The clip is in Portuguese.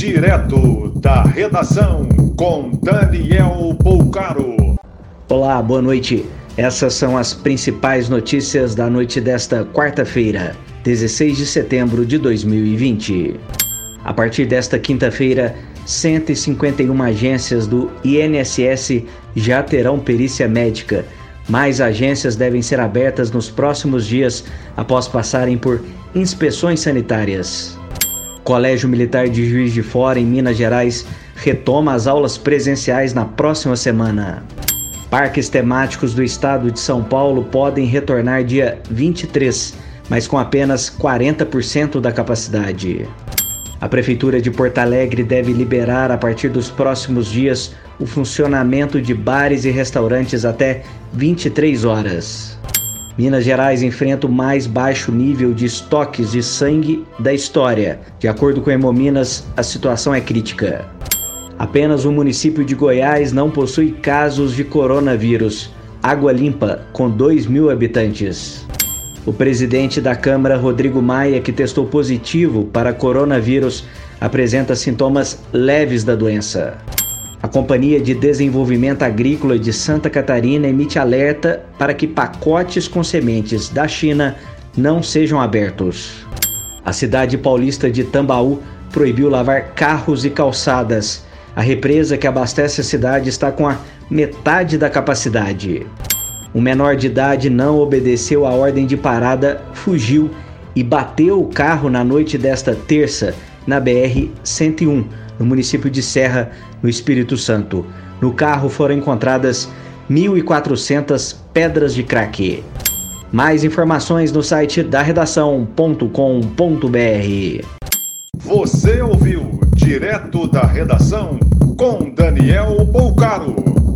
Direto da redação com Daniel Poucaro. Olá, boa noite. Essas são as principais notícias da noite desta quarta-feira, 16 de setembro de 2020. A partir desta quinta-feira, 151 agências do INSS já terão perícia médica. Mais agências devem ser abertas nos próximos dias após passarem por inspeções sanitárias. Colégio Militar de Juiz de Fora, em Minas Gerais, retoma as aulas presenciais na próxima semana. Parques temáticos do estado de São Paulo podem retornar dia 23, mas com apenas 40% da capacidade. A Prefeitura de Porto Alegre deve liberar a partir dos próximos dias o funcionamento de bares e restaurantes até 23 horas. Minas Gerais enfrenta o mais baixo nível de estoques de sangue da história. De acordo com o Hemominas, a situação é crítica. Apenas o município de Goiás não possui casos de coronavírus. Água Limpa, com 2.000 habitantes. O presidente da Câmara, Rodrigo Maia, que testou positivo para coronavírus, apresenta sintomas leves da doença. A Companhia de Desenvolvimento Agrícola de Santa Catarina emite alerta para que pacotes com sementes da China não sejam abertos. A cidade paulista de Tambaú proibiu lavar carros e calçadas. A represa que abastece a cidade está com a metade da capacidade. Um menor de idade não obedeceu à ordem de parada, fugiu e bateu o carro na noite desta terça na BR-101, no município de Serra, no Espírito Santo. No carro foram encontradas 1.400 pedras de crack. Mais informações no site da redação.com.br. Você ouviu Direto da Redação com Daniel Poucaro.